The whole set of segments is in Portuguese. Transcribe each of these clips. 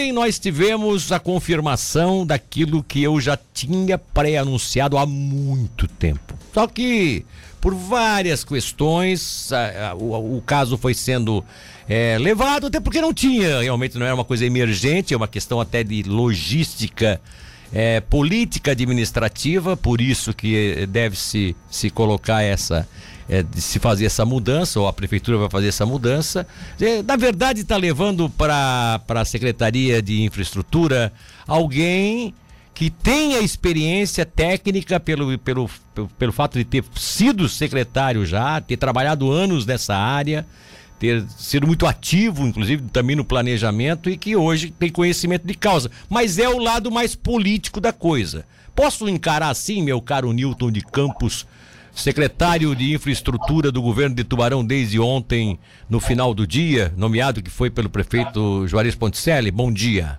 ontem nós tivemos a confirmação daquilo que eu já tinha pré-anunciado há muito tempo. Só que, por várias questões, o caso foi sendo levado, até porque realmente não era uma coisa emergente, é uma questão até de logística, política administrativa, por isso que deve-se colocar de se fazer essa mudança, ou a prefeitura vai fazer essa mudança. Na verdade, está levando para a Secretaria de Infraestrutura alguém que tenha experiência técnica pelo fato de ter sido secretário já, ter trabalhado anos nessa área, ter sido muito ativo, inclusive também no planejamento, e que hoje tem conhecimento de causa. Mas é o lado mais político da coisa. Posso encarar assim, meu caro Newton de Campos, secretário de Infraestrutura do governo de Tubarão desde ontem, no final do dia, nomeado que foi pelo prefeito Juarez Ponticelli? Bom dia.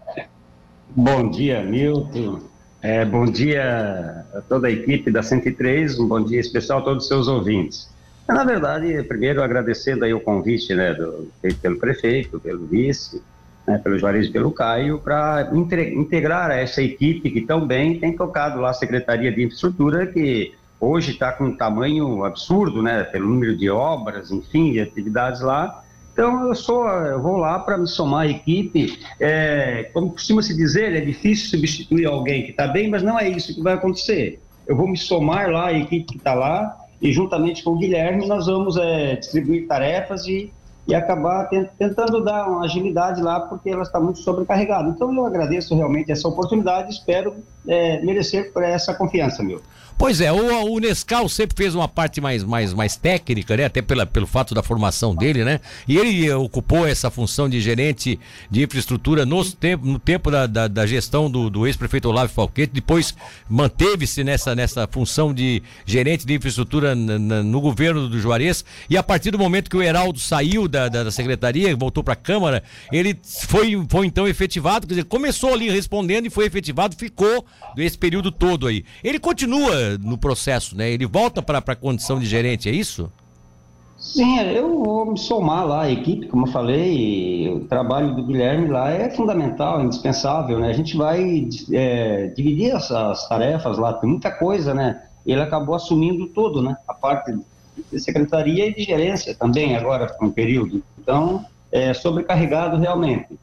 Bom dia, Newton. Bom dia a toda a equipe da 103, um bom dia especial a todos os seus ouvintes. Na verdade, primeiro agradecendo aí o convite, feito pelo prefeito, pelo vice, pelo Juarez e pelo Caio, para integrar essa equipe que tão bem tem tocado lá a Secretaria de Infraestrutura, que hoje está com um tamanho absurdo, pelo número de obras, enfim, de atividades lá. Então, eu vou lá para me somar à equipe. Como costuma se dizer, é difícil substituir alguém que está bem, mas não é isso que vai acontecer. Eu vou me somar lá à equipe que está lá, e juntamente com o Guilherme nós vamos distribuir tarefas e acabar tentando dar uma agilidade lá, porque ela está muito sobrecarregada. Então, eu agradeço realmente essa oportunidade e espero merecer por essa confiança, meu. Pois é, o Nescau sempre fez uma parte mais técnica, até pelo fato da formação dele, e ele ocupou essa função de gerente de infraestrutura no tempo da gestão do ex-prefeito Olavo Falquete, depois manteve-se nessa função de gerente de infraestrutura no governo do Juarez, e a partir do momento que o Heraldo saiu da secretaria, voltou para a Câmara, ele foi então efetivado, quer dizer, começou ali respondendo e foi efetivado, ficou esse período todo aí. Ele continua no processo, ele volta para a condição de gerente, é isso? Sim, eu vou me somar lá à equipe, como eu falei, o trabalho do Guilherme lá é fundamental, indispensável, A gente vai dividir essas tarefas lá, tem muita coisa, Ele acabou assumindo tudo, A parte de secretaria e de gerência também, agora por um período. Então, sobrecarregado realmente.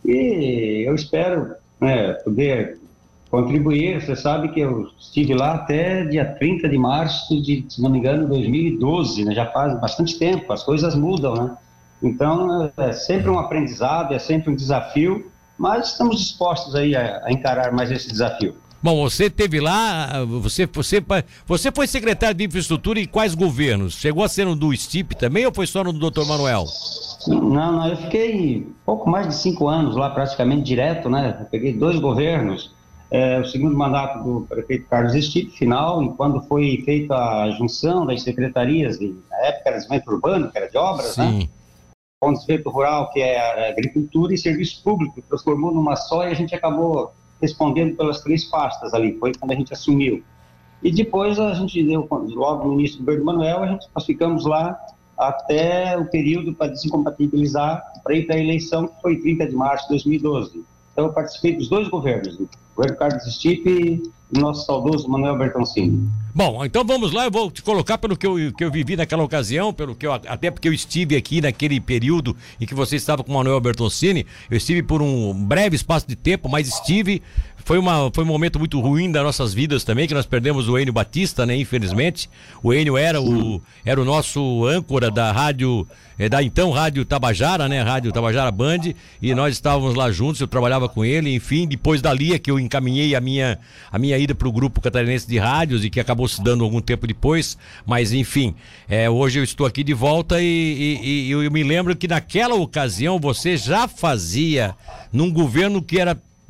E eu espero poder contribuir. Você sabe que eu estive lá até dia 30 de março de, se não me engano, 2012, já faz bastante tempo, as coisas mudam, Então, é sempre um aprendizado, é sempre um desafio, mas estamos dispostos aí a encarar mais esse desafio. Bom, você esteve lá, você foi secretário de Infraestrutura em quais governos? Chegou a ser no do STIP também ou foi só no do Dr. Manuel? Não, eu fiquei pouco mais de 5 anos lá, praticamente direto, Eu peguei 2 governos. O segundo mandato do prefeito Carlos Stipe, final, e quando foi feita a junção das secretarias, na época era desenvolvimento urbano, que era de obras, Sim. Com o desenvolvimento rural, que é agricultura e serviço público, transformou numa só, e a gente acabou respondendo pelas 3 pastas ali, foi quando a gente assumiu. E depois a gente deu, logo no início do governo Manuel, nós ficamos lá até o período para desincompatibilizar, para ir para a eleição, que foi 30 de março de 2012. Então, eu participei dos 2 governos, o governo Carlos Stipe e o nosso saudoso Manuel Bertoncini. Bom, então vamos lá, eu vou te colocar pelo que eu vivi naquela ocasião, até porque eu estive aqui naquele período em que você estava com o Manuel Bertoncini. Eu estive por um breve espaço de tempo, mas estive. Foi um momento muito ruim das nossas vidas também, que nós perdemos o Enio Batista, infelizmente. O Enio era o nosso âncora da rádio, da então Rádio Tabajara, Rádio Tabajara Band, e nós estávamos lá juntos, eu trabalhava com ele, enfim, depois dali é que eu encaminhei a minha ida para o Grupo Catarinense de Rádios, e que acabou se dando algum tempo depois, mas enfim, hoje eu estou aqui de volta e eu me lembro que naquela ocasião você já fazia num governo que era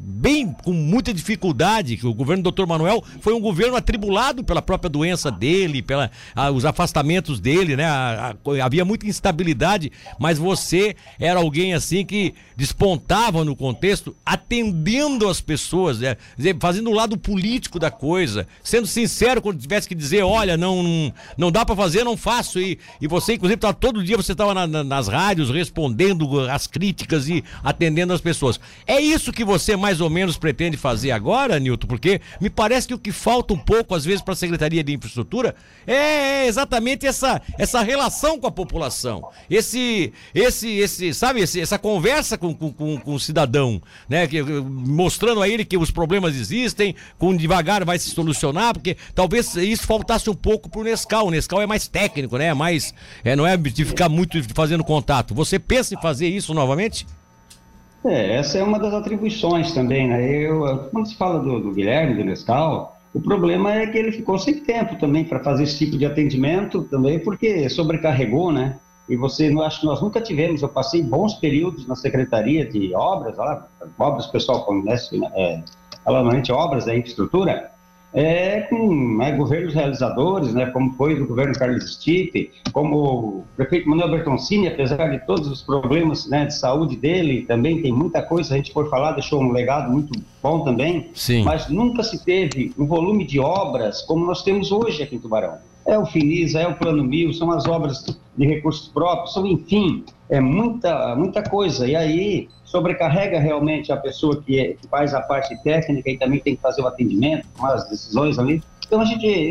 bem com muita dificuldade, que o governo do Dr. Manuel foi um governo atribulado pela própria doença dele, os afastamentos dele, né? Havia muita instabilidade, mas você era alguém assim que despontava no contexto, atendendo as pessoas, né? Fazendo o lado político da coisa, sendo sincero quando tivesse que dizer, olha, não dá pra fazer, não faço, e você inclusive todo dia você estava nas rádios respondendo as críticas e atendendo as pessoas. É isso que você mais ou menos pretende fazer agora, Nilton? Porque me parece que o que falta um pouco às vezes para a Secretaria de Infraestrutura é exatamente essa relação com a população, essa conversa com o cidadão, né? Mostrando a ele que os problemas existem, com devagar vai se solucionar, porque talvez isso faltasse um pouco pro Nescau. O Nescau é mais técnico, né? Não é de ficar muito fazendo contato. Você pensa em fazer isso novamente? Essa é uma das atribuições também, né? Quando se fala do Guilherme, do Nescau, o problema é que ele ficou sem tempo também para fazer esse tipo de atendimento também, porque sobrecarregou, né? E acho que nós nunca tivemos, eu passei bons períodos na Secretaria de Obras, obras, o pessoal conhece, normalmente obras da infraestrutura, com governos realizadores, né, como foi do governo Carlos Stipe, como o prefeito Manuel Bertoncini, apesar de todos os problemas, né, de saúde dele, também tem muita coisa, se a gente for falar, deixou um legado muito bom também. Sim. Mas nunca se teve um volume de obras como nós temos hoje aqui em Tubarão. É o Finisa, é o Plano 1000, são as obras de recursos próprios, enfim, é muita coisa. E aí sobrecarrega realmente a pessoa que faz a parte técnica e também tem que fazer o atendimento, tomar as decisões ali. Então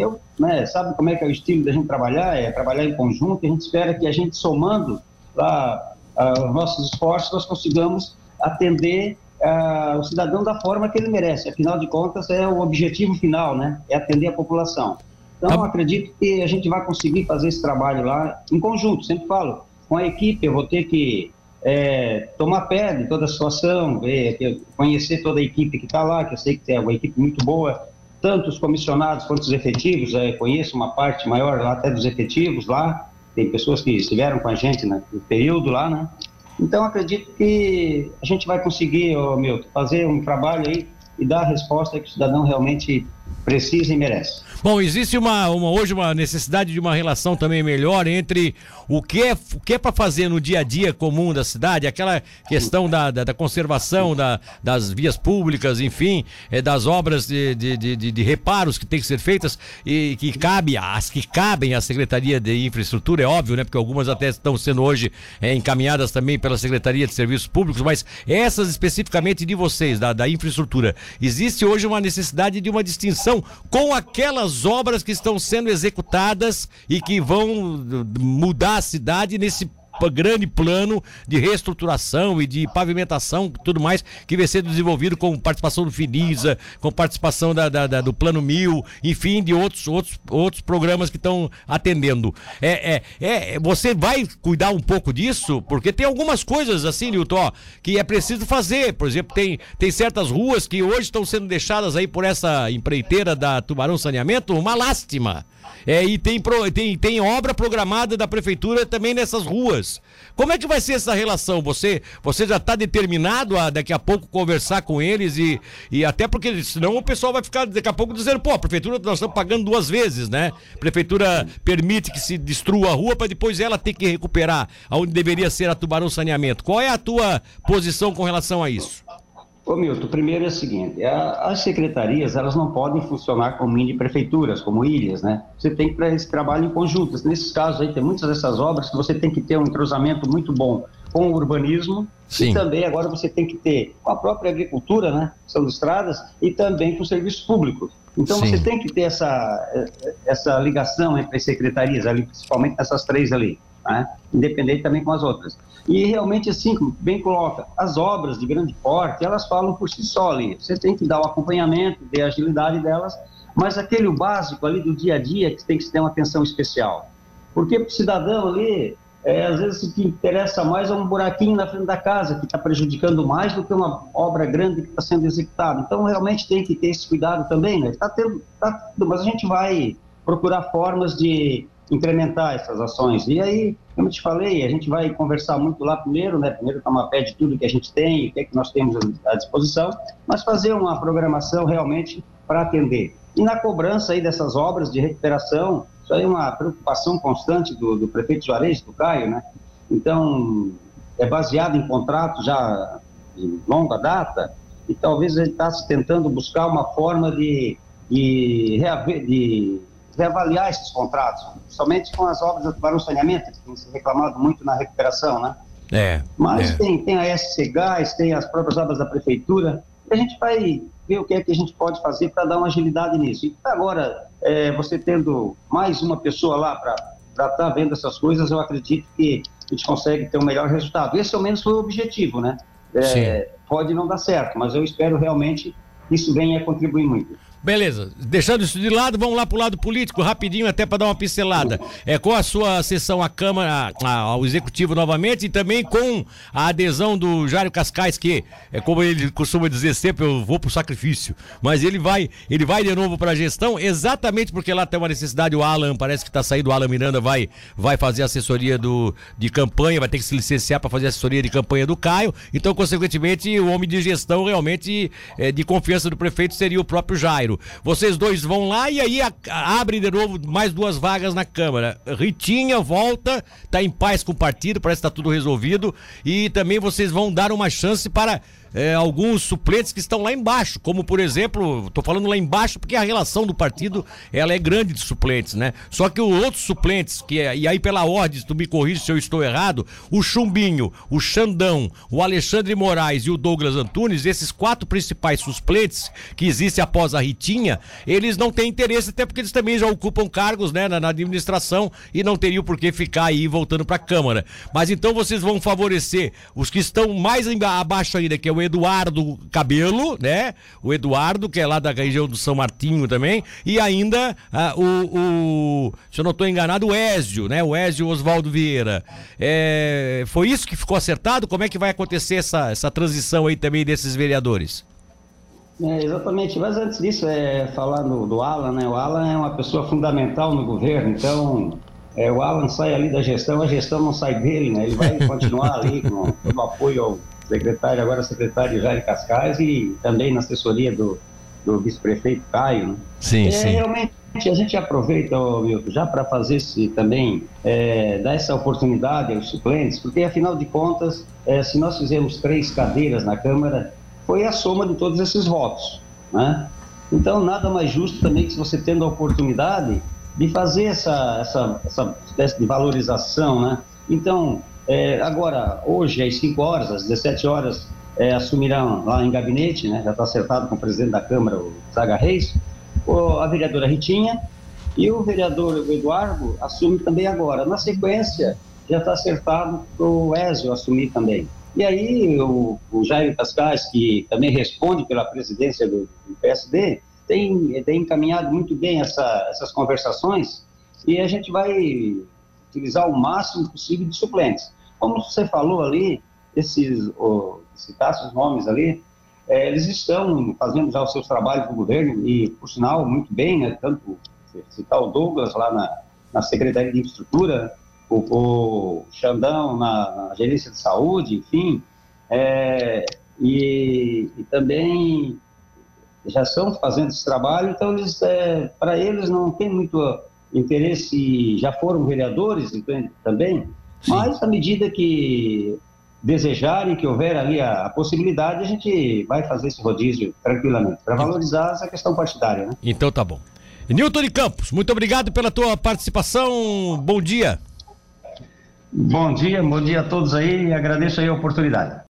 sabe como é que é o estilo da gente trabalhar? É trabalhar em conjunto, e a gente espera que a gente somando lá os nossos esforços, nós consigamos atender o cidadão da forma que ele merece. Afinal de contas, é o objetivo final, né? É atender a população. Então, acredito que a gente vai conseguir fazer esse trabalho lá em conjunto. Sempre falo, com a equipe, eu vou ter que tomar pé de toda a situação, conhecer toda a equipe que está lá, que eu sei que é uma equipe muito boa, tanto os comissionados quanto os efetivos. Conheço uma parte maior lá até dos efetivos lá, tem pessoas que estiveram com a gente no período lá, né? Então, acredito que a gente vai conseguir, Milton, fazer um trabalho aí e dar a resposta que o cidadão realmente precisa e merece. Bom, existe hoje uma necessidade de uma relação também melhor entre o que é para fazer no dia a dia comum da cidade, aquela questão da conservação das vias públicas, enfim, das obras de reparos que tem que ser feitas e que cabem à Secretaria de Infraestrutura, é óbvio, né? Porque algumas até estão sendo hoje encaminhadas também pela Secretaria de Serviços Públicos, mas essas especificamente de vocês, da infraestrutura, existe hoje uma necessidade de uma distinção com aquelas obras que estão sendo executadas e que vão mudar a cidade nesse grande plano de reestruturação e de pavimentação, tudo mais, que vai ser desenvolvido com participação do Finisa, com participação do Plano 1000, enfim, de outros programas que estão atendendo. Você vai cuidar um pouco disso? Porque tem algumas coisas assim, Nilton, que é preciso fazer. Por exemplo, tem certas ruas que hoje estão sendo deixadas aí por essa empreiteira da Tubarão Saneamento, uma lástima. E tem obra programada da prefeitura também nessas ruas. Como é que vai ser essa relação? Você já está determinado a daqui a pouco conversar com eles e até porque senão o pessoal vai ficar daqui a pouco dizendo, a prefeitura, nós estamos pagando 2 vezes, né? A prefeitura permite que se destrua a rua para depois ela ter que recuperar aonde deveria ser a Tubarão Saneamento. Qual é a tua posição com relação a isso? Milton, primeiro é o seguinte, as secretarias, elas não podem funcionar como mini prefeituras, como ilhas, né? Você tem que fazer esse trabalho em conjunto. Nesses casos aí, tem muitas dessas obras que você tem que ter um entrosamento muito bom com o urbanismo. Sim. E também agora você tem que ter com a própria agricultura, né? São estradas, e também com o serviço público. Então, sim, você tem que ter essa ligação entre as secretarias, ali, principalmente essas 3 ali, né? Independente também com as outras. E realmente, assim, como bem coloca, as obras de grande porte, elas falam por si só ali. Você tem que dar o acompanhamento, ter a agilidade delas, mas aquele básico ali do dia a dia que tem que se ter uma atenção especial. Porque para o cidadão ali, às vezes o que interessa mais é um buraquinho na frente da casa, que está prejudicando mais do que uma obra grande que está sendo executada. Então, realmente tem que ter esse cuidado também, né? Mas a gente vai procurar formas de incrementar essas ações. E aí, como eu te falei, a gente vai conversar muito lá primeiro, né? Primeiro tomar pé de tudo que a gente tem, o que é que nós temos à disposição, mas fazer uma programação realmente para atender. E na cobrança aí dessas obras de recuperação, isso aí é uma preocupação constante do prefeito Juarez, do Caio, né? Então, é baseado em contrato já de longa data, e talvez ele está tentando buscar uma forma de reavaliar esses contratos, somente com as obras para o saneamento, que tem se reclamado muito na recuperação, né? Mas tem a SC Gás, tem as próprias obras da prefeitura, e a gente vai ver o que é que a gente pode fazer para dar uma agilidade nisso. E agora, você tendo mais uma pessoa lá para estar vendo essas coisas, eu acredito que a gente consegue ter um melhor resultado. Esse, ao menos, foi o objetivo, né? Pode não dar certo, mas eu espero realmente que isso venha a contribuir muito. Beleza, deixando isso de lado, vamos lá pro lado político, rapidinho, até para dar uma pincelada. Com a sua sessão à Câmara, ao Executivo novamente, e também com a adesão do Jairo Cascais, que, como ele costuma dizer sempre, eu vou pro sacrifício, mas ele vai de novo pra gestão, exatamente porque lá tem uma necessidade, o Alan, parece que tá saindo, o Alan Miranda vai fazer assessoria de campanha, vai ter que se licenciar para fazer assessoria de campanha do Caio, então, consequentemente, o homem de gestão realmente de confiança do prefeito seria o próprio Jairo. Vocês dois vão lá e aí abrem de novo mais 2 vagas na Câmara. Ritinha volta, tá em paz com o partido, parece que tá tudo resolvido, e também vocês vão dar uma chance para alguns suplentes que estão lá embaixo, como por exemplo, tô falando lá embaixo porque a relação do partido, ela é grande de suplentes, né? Só que os outros suplentes, e aí pela ordem, tu me corrige se eu estou errado, o Chumbinho, o Xandão, o Alexandre Moraes e o Douglas Antunes, esses 4 principais suplentes que existem após a Ritinha, eles não têm interesse, até porque eles também já ocupam cargos, né, na administração, e não teriam por que ficar aí voltando para a Câmara. Mas então vocês vão favorecer os que estão mais abaixo ainda, que é o Eduardo Cabelo, né? O Eduardo, que é lá da região do São Martinho também, e ainda se eu não estou enganado, o Ézio, né? O Ézio Oswaldo Vieira. Foi isso que ficou acertado? Como é que vai acontecer essa transição aí também desses vereadores? Exatamente, mas antes disso, falar do Alan, né? O Alan é uma pessoa fundamental no governo, então o Alan sai ali da gestão, a gestão não sai dele, né? Ele vai continuar ali com todo o apoio ao secretário, agora secretário Jairo Cascais, e também na assessoria do vice-prefeito Caio, né? Sim. Realmente a gente aproveita, Milton, já para fazer também, dar essa oportunidade aos suplentes, porque afinal de contas, se nós fizermos 3 cadeiras na Câmara, foi a soma de todos esses votos, né? Então nada mais justo também que você tendo a oportunidade de fazer essa espécie de valorização, né? Então, agora, hoje, às 5 horas, às 17 horas, assumirão lá em gabinete, né? Já está acertado com o presidente da Câmara, o Zaga Reis, a vereadora Ritinha, e o vereador Eduardo assume também agora. Na sequência, já está acertado o Ézio assumir também. E aí, o Jairo Cascais, que também responde pela presidência do PSD, tem encaminhado muito bem essas conversações, e a gente utilizar o máximo possível de suplentes. Como você falou ali, citasse os nomes ali, eles estão fazendo já os seus trabalhos no governo, e, por sinal, muito bem, né? Tanto citar o Douglas lá na Secretaria de Infraestrutura, o Xandão na Gerência de Saúde, enfim, e também já estão fazendo esse trabalho, então para eles não tem muito interesse, já foram vereadores também, sim, mas à medida que desejarem, que houver ali a possibilidade, a gente vai fazer esse rodízio tranquilamente, para valorizar essa questão partidária, né? Então tá bom. Nilton de Campos, muito obrigado pela tua participação, bom dia. Bom dia a todos aí, e agradeço aí a oportunidade.